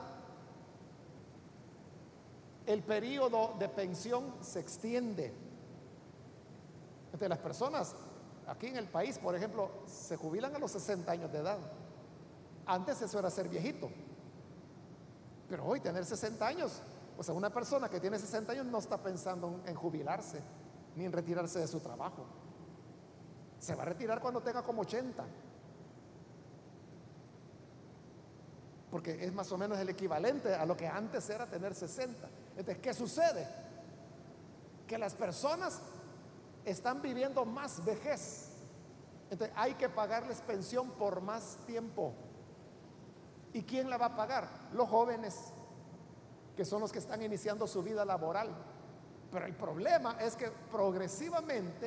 el periodo de pensión se extiende. Entre las personas aquí en el país, por ejemplo, se jubilan a los sesenta años de edad. Antes eso era ser viejito, pero hoy tener sesenta años, o sea, una persona que tiene sesenta años no está pensando en jubilarse ni en retirarse de su trabajo. Se va a retirar cuando tenga como ochenta, porque es más o menos el equivalente a lo que antes era tener sesenta. Entonces, ¿qué sucede? Que las personas están viviendo más vejez. Entonces, hay que pagarles pensión por más tiempo. ¿Y quién la va a pagar? Los jóvenes, que son los que están iniciando su vida laboral. Pero el problema es que progresivamente,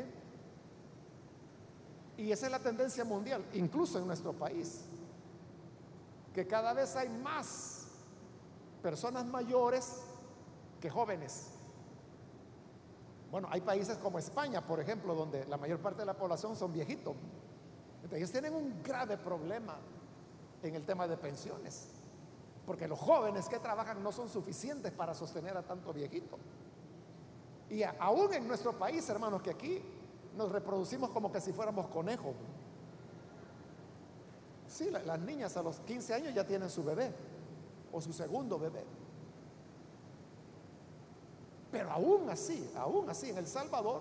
y esa es la tendencia mundial, incluso en nuestro país, que cada vez hay más personas mayores que jóvenes. Bueno, hay países como España, por ejemplo, donde la mayor parte de la población son viejitos. Entonces, ellos tienen un grave problema en el tema de pensiones, porque los jóvenes que trabajan no son suficientes para sostener a tanto viejito. Y a, aún en nuestro país, hermanos, que aquí nos reproducimos como que si fuéramos conejos. Sí, la, las niñas a los quince años ya tienen su bebé o su segundo bebé. Pero aún así, aún así, en El Salvador,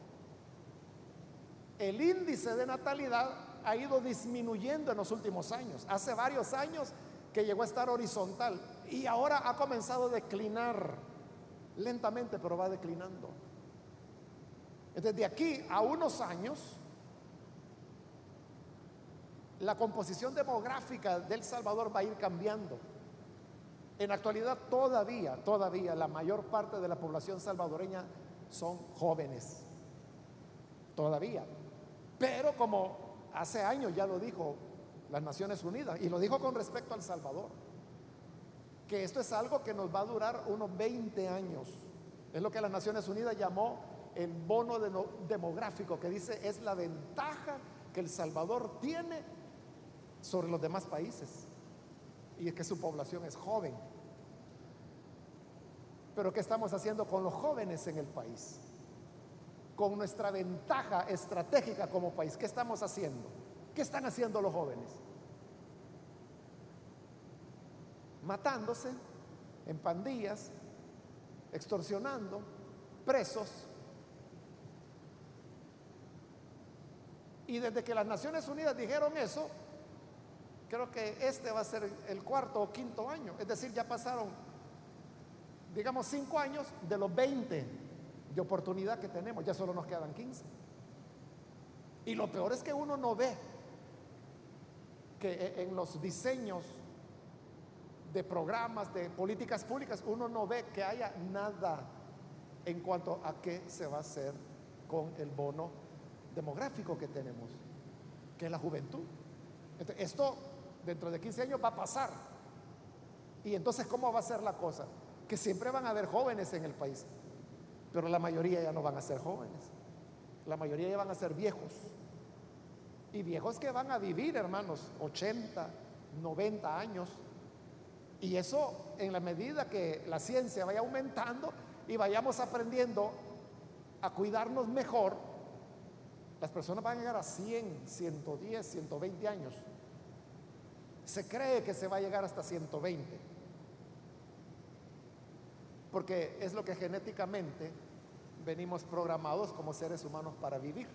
el índice de natalidad ha ido disminuyendo en los últimos años. Hace varios años que llegó a estar horizontal y ahora ha comenzado a declinar lentamente, pero va declinando. Entonces, de aquí a unos años, la composición demográfica de El Salvador va a ir cambiando. En la actualidad todavía, todavía la mayor parte de la población salvadoreña son jóvenes. Todavía. Pero como hace años ya lo dijo las Naciones Unidas, y lo dijo con respecto a El Salvador, que esto es algo que nos va a durar unos veinte años. Es lo que las Naciones Unidas llamó el bono de no, demográfico, que dice es la ventaja que El Salvador tiene sobre los demás países, y es que su población es joven. Pero ¿qué estamos haciendo con los jóvenes en el país? Con nuestra ventaja estratégica como país, ¿qué estamos haciendo? ¿Qué están haciendo los jóvenes? Matándose en pandillas, extorsionando, presos. Y desde que las Naciones Unidas dijeron eso, creo que este va a ser el cuarto o quinto año. Es decir, ya pasaron, digamos, cinco años de los veinte de oportunidad que tenemos. Ya solo nos quedan quince. Y lo peor es que uno no ve que en los diseños de programas, de políticas públicas, uno no ve que haya nada en cuanto a qué se va a hacer con el bono demográfico que tenemos, que es la juventud. Entonces, esto dentro de quince años va a pasar. Y entonces, ¿cómo va a ser la cosa? Que siempre van a haber jóvenes en el país, pero la mayoría ya no van a ser jóvenes. La mayoría ya van a ser viejos. Y viejos que van a vivir, hermanos, ochenta, noventa años. Y eso, en la medida que la ciencia vaya aumentando y vayamos aprendiendo a cuidarnos mejor, las personas van a llegar a cien, ciento diez, ciento veinte años. Se cree que se va a llegar hasta ciento veinte, porque es lo que genéticamente venimos programados como seres humanos para vivir.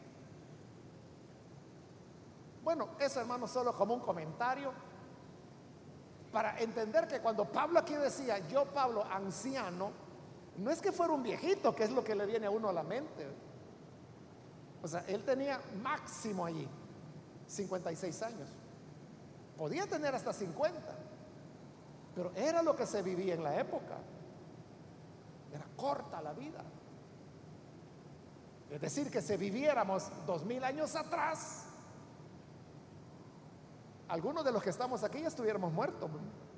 Bueno, eso, hermanos, solo como un comentario para entender que cuando Pablo aquí decía, yo Pablo, anciano, no es que fuera un viejito, que es lo que le viene a uno a la mente. O sea, él tenía máximo allí cincuenta y seis años. Podía tener hasta cincuenta, pero era lo que se vivía en la época. Era corta la vida. Es decir, que si viviéramos dos mil años atrás, algunos de los que estamos aquí ya estuviéramos muertos.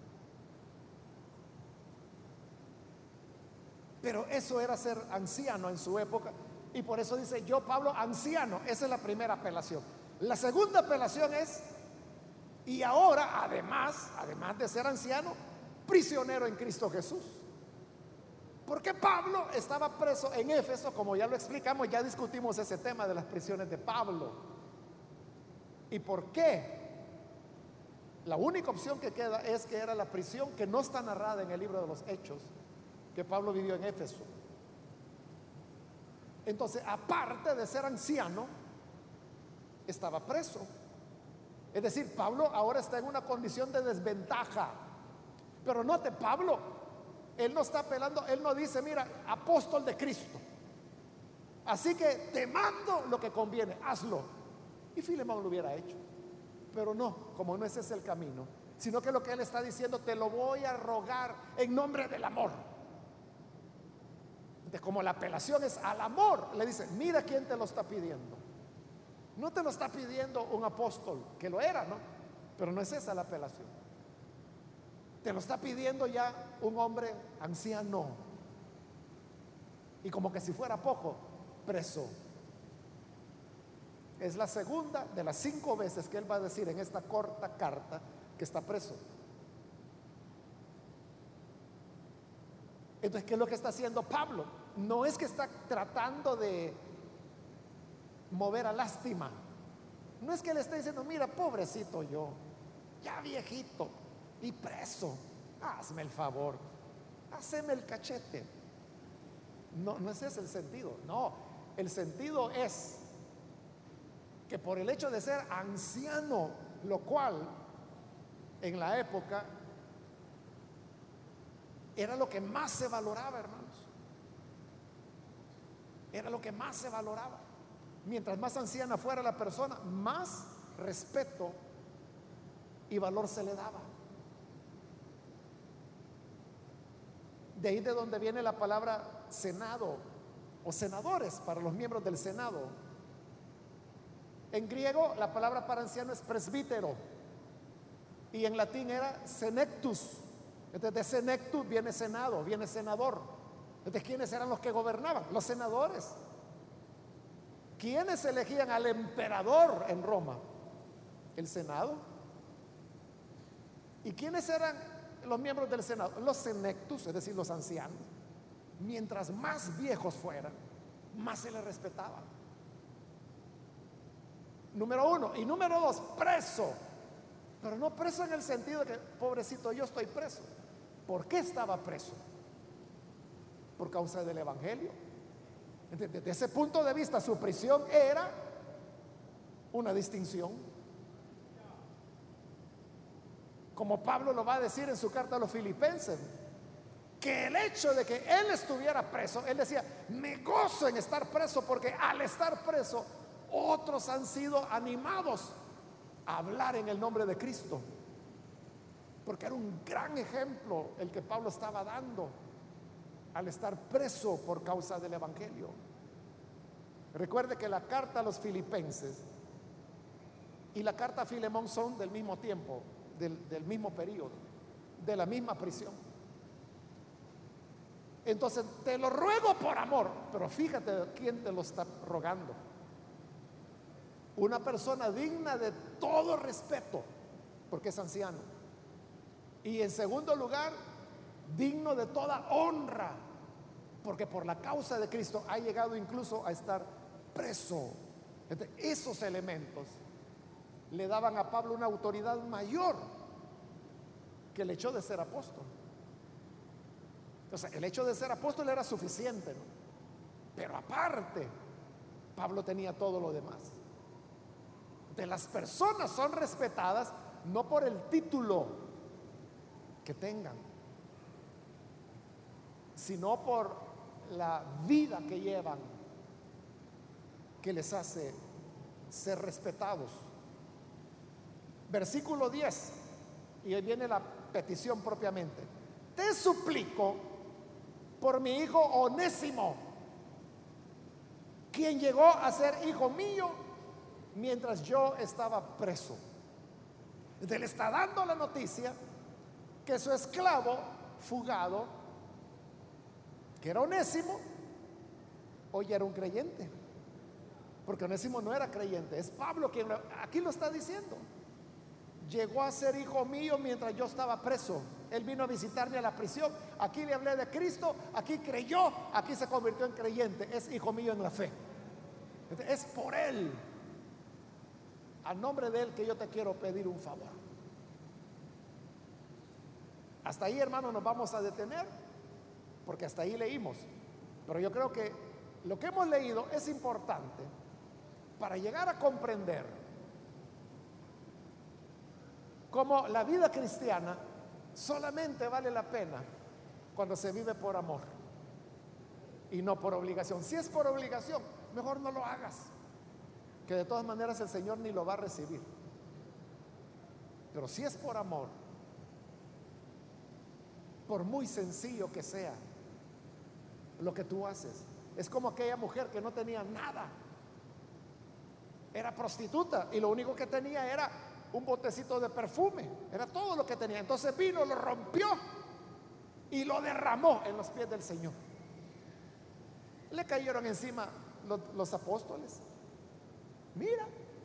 Pero eso era ser anciano en su época. Y por eso dice: yo, Pablo, anciano. Esa es la primera apelación. La segunda apelación es: y ahora, además, además de ser anciano, prisionero en Cristo Jesús. Porque Pablo estaba preso en Éfeso, como ya lo explicamos, ya discutimos ese tema de las prisiones de Pablo. ¿Y por qué? La única opción que queda es que era la prisión que no está narrada en el libro de los Hechos, que Pablo vivió en Éfeso. Entonces, aparte de ser anciano, estaba preso. Es decir, Pablo ahora está en una condición de desventaja. Pero note, Pablo, él no está apelando, él no dice: mira, apóstol de Cristo, así que te mando lo que conviene, hazlo. Y Filemón lo hubiera hecho. Pero no, como no ese es el camino, sino que lo que él está diciendo: te lo voy a rogar en nombre del amor. De como la apelación es al amor, le dice: mira quién te lo está pidiendo. No te lo está pidiendo un apóstol, que lo era, ¿no? Pero no es esa la apelación. Te lo está pidiendo ya un hombre anciano. Y como que si fuera poco, preso. Es la segunda de las cinco veces que él va a decir en esta corta carta que está preso. Entonces, ¿qué es lo que está haciendo Pablo? No es que está tratando de mover a lástima. No es que le esté diciendo: mira, pobrecito yo, ya viejito y preso, hazme el favor, haceme el cachete. No, no ese es el sentido. No, el sentido es que por el hecho de ser anciano, lo cual en la época era lo que más se valoraba, hermanos. Era lo que más se valoraba. Mientras más anciana fuera la persona, más respeto y valor se le daba. De ahí de donde viene la palabra senado o senadores para los miembros del senado. En griego la palabra para anciano es presbítero y en latín era senectus. Entonces de senectus viene senado, viene senador. Entonces, ¿quiénes eran los que gobernaban? Los senadores. ¿Quiénes elegían al emperador en Roma? El Senado. ¿Y quiénes eran los miembros del Senado? Los senectus, es decir, los ancianos. Mientras más viejos fueran, más se les respetaba. Número uno. Y número dos, preso. Pero no preso en el sentido de que, pobrecito, yo estoy preso. ¿Por qué estaba preso? Por causa del evangelio. Desde ese punto de vista, su prisión era una distinción. Como Pablo lo va a decir en su carta a los Filipenses, que el hecho de que él estuviera preso, él decía: me gozo en estar preso, porque al estar preso otros han sido animados a hablar en el nombre de Cristo. Porque era un gran ejemplo el que Pablo estaba dando al estar preso por causa del evangelio. Recuerde que la carta a los Filipenses y la carta a Filemón son del mismo tiempo, del, del mismo periodo, de la misma prisión. Entonces, te lo ruego por amor, pero fíjate quién te lo está rogando: una persona digna de todo respeto, porque es anciano, y en segundo lugar, digno de toda honra, porque por la causa de Cristo ha llegado incluso a estar preso. Entonces, esos elementos le daban a Pablo una autoridad mayor que el hecho de ser apóstol. O sea, el hecho de ser apóstol era suficiente, ¿no? Pero aparte, Pablo tenía todo lo demás. De las personas son respetadas no por el título que tengan, sino por la vida que llevan, que les hace ser respetados. Versículo diez, y ahí viene la petición propiamente: te suplico por mi hijo Onésimo, quien llegó a ser hijo mío mientras yo estaba preso. Entonces le está dando la noticia que su esclavo fugado, que era Onésimo, hoy era un creyente. Porque Onésimo no era creyente, es Pablo quien lo, aquí lo está diciendo. Llegó a ser hijo mío mientras yo estaba preso. Él vino a visitarme a la prisión. Aquí le hablé de Cristo, aquí creyó, aquí se convirtió en creyente. Es hijo mío en la fe. Es por él, a nombre de él, que yo te quiero pedir un favor. Hasta ahí, hermano, nos vamos a detener, porque hasta ahí leímos. Pero yo creo que lo que hemos leído es importante para llegar a comprender cómo la vida cristiana solamente vale la pena cuando se vive por amor y no por obligación. Si es por obligación, mejor no lo hagas, que de todas maneras el Señor ni lo va a recibir. Pero si es por amor, por muy sencillo que sea lo que tú haces, es como aquella mujer que no tenía nada, era prostituta y lo único que tenía era un botecito de perfume, era todo lo que tenía. Entonces vino, lo rompió y lo derramó en los pies del Señor. Le cayeron encima los, los apóstoles. Mira,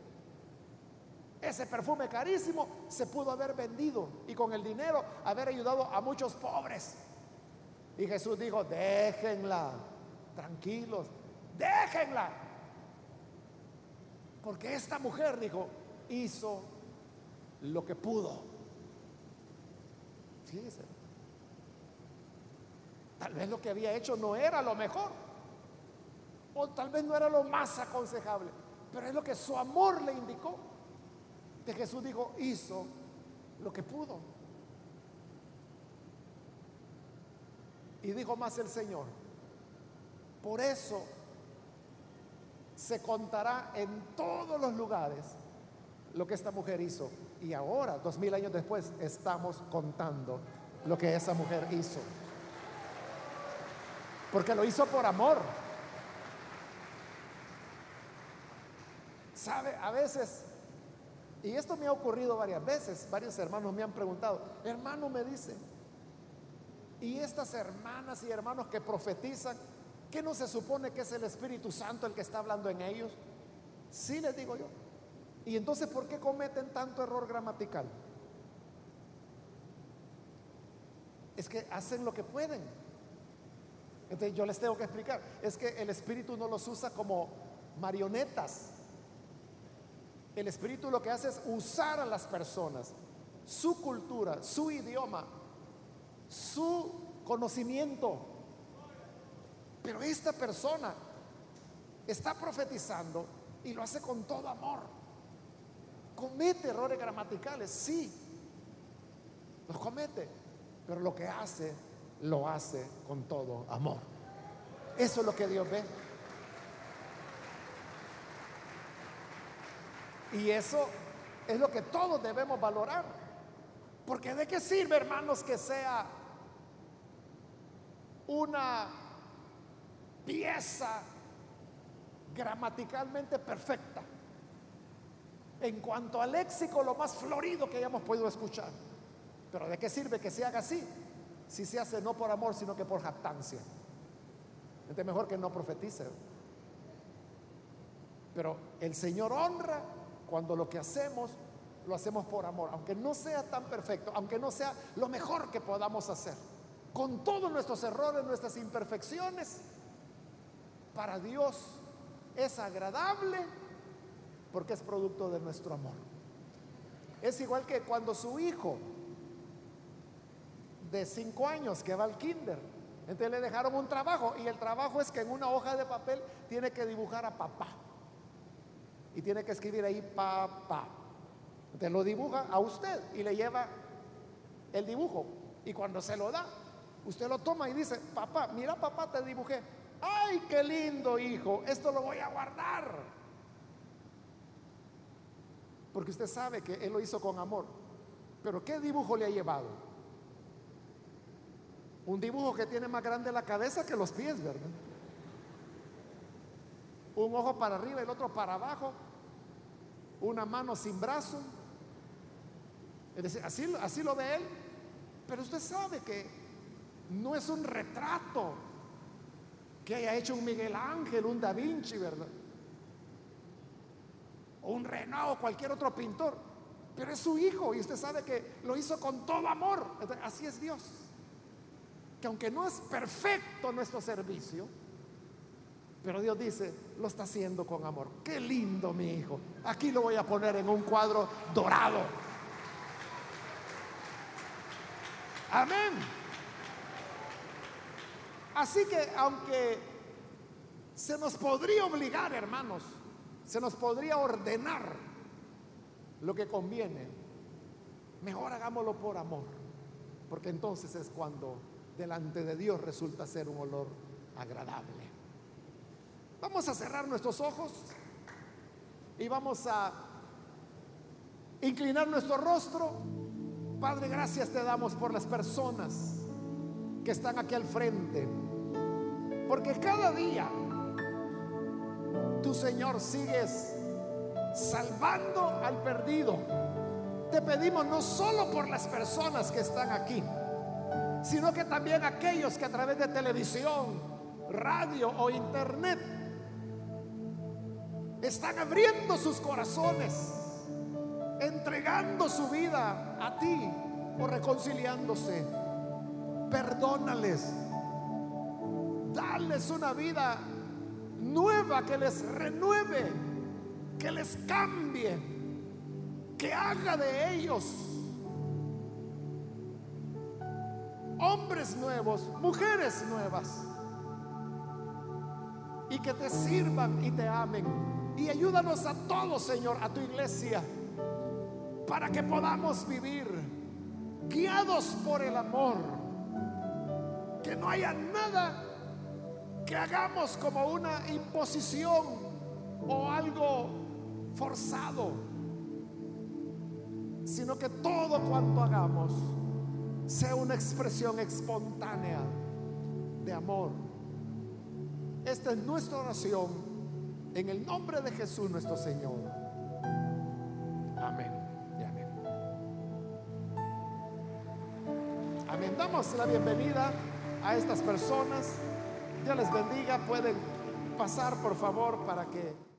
ese perfume carísimo se pudo haber vendido y con el dinero haber ayudado a muchos pobres. Y Jesús dijo: déjenla, tranquilos, déjenla, porque esta mujer, dijo, hizo lo que pudo. Fíjense, tal vez lo que había hecho no era lo mejor, o tal vez no era lo más aconsejable, pero es lo que su amor le indicó. Que Jesús dijo: hizo lo que pudo. Y dijo más el Señor: por eso se contará en todos los lugares lo que esta mujer hizo. Y ahora, dos mil años después, estamos contando lo que esa mujer hizo, porque lo hizo por amor. Sabe, a veces, y esto me ha ocurrido varias veces, varios hermanos me han preguntado: hermano, me dicen, y estas hermanas y hermanos que profetizan, ¿qué no se supone que es el Espíritu Santo el que está hablando en ellos? Sí, les digo yo. ¿Y entonces por qué cometen tanto error gramatical? Es que hacen lo que pueden. Entonces yo les tengo que explicar, es que el Espíritu no los usa como marionetas. El Espíritu lo que hace es usar a las personas, su cultura, su idioma, su conocimiento. Pero esta persona está profetizando y lo hace con todo amor. Comete errores gramaticales, sí, los comete, pero lo que hace, lo hace con todo amor. Eso es lo que Dios ve. Y eso es lo que todos debemos valorar. Porque ¿de qué sirve, hermanos, que sea una pieza gramaticalmente perfecta, en cuanto al léxico lo más florido que hayamos podido escuchar? Pero ¿de qué sirve que se haga así si se hace no por amor sino que por jactancia? Entonces mejor que no profetice. Pero el Señor honra cuando lo que hacemos lo hacemos por amor, aunque no sea tan perfecto, aunque no sea lo mejor que podamos hacer, con todos nuestros errores, nuestras imperfecciones. Para Dios es agradable porque es producto de nuestro amor. Es igual que cuando su hijo de cinco años que va al kinder, entonces le dejaron un trabajo, y el trabajo es que en una hoja de papel tiene que dibujar a papá y tiene que escribir ahí papá. Entonces lo dibuja a usted y le lleva el dibujo, y cuando se lo da, usted lo toma y dice: papá, mira, papá, te dibujé. Ay, qué lindo, hijo, esto lo voy a guardar, porque usted sabe que él lo hizo con amor. Pero ¿qué dibujo le ha llevado? Un dibujo que tiene más grande la cabeza que los pies, ¿verdad? Un ojo para arriba, el otro para abajo, una mano sin brazo, Es decir, así, así lo ve él, pero usted sabe que no es un retrato que haya hecho un Miguel Ángel, un Da Vinci, ¿verdad? O un Renoir o cualquier otro pintor, pero es su hijo y usted sabe que lo hizo con todo amor. Así es Dios, que aunque no es perfecto nuestro servicio, pero Dios dice, lo está haciendo con amor. Qué lindo mi hijo, aquí lo voy a poner en un cuadro dorado. Amén. Así que aunque se nos podría obligar, hermanos, se nos podría ordenar lo que conviene, mejor hagámoslo por amor, porque entonces es cuando delante de Dios resulta ser un olor agradable. Vamos a cerrar nuestros ojos y vamos a inclinar nuestro rostro. Padre, gracias te damos por las personas que están aquí al frente, porque cada día tú, Señor, sigues salvando al perdido. Te pedimos no solo por las personas que están aquí, sino que también aquellos que a través de televisión, radio o internet están abriendo sus corazones, entregando su vida a ti o reconciliándose. Perdónales, dales una vida nueva que les renueve, que les cambie, que haga de ellos hombres nuevos, mujeres nuevas, y que te sirvan y te amen. Y ayúdanos a todos, Señor, a tu iglesia, para que podamos vivir guiados por el amor, que no haya nada que hagamos como una imposición o algo forzado, sino que todo cuanto hagamos sea una expresión espontánea de amor. Esta es nuestra oración en el nombre de Jesús nuestro Señor. Amén y amén. Amén. Damos la bienvenida a estas personas. Dios les bendiga. Pueden pasar, por favor, para que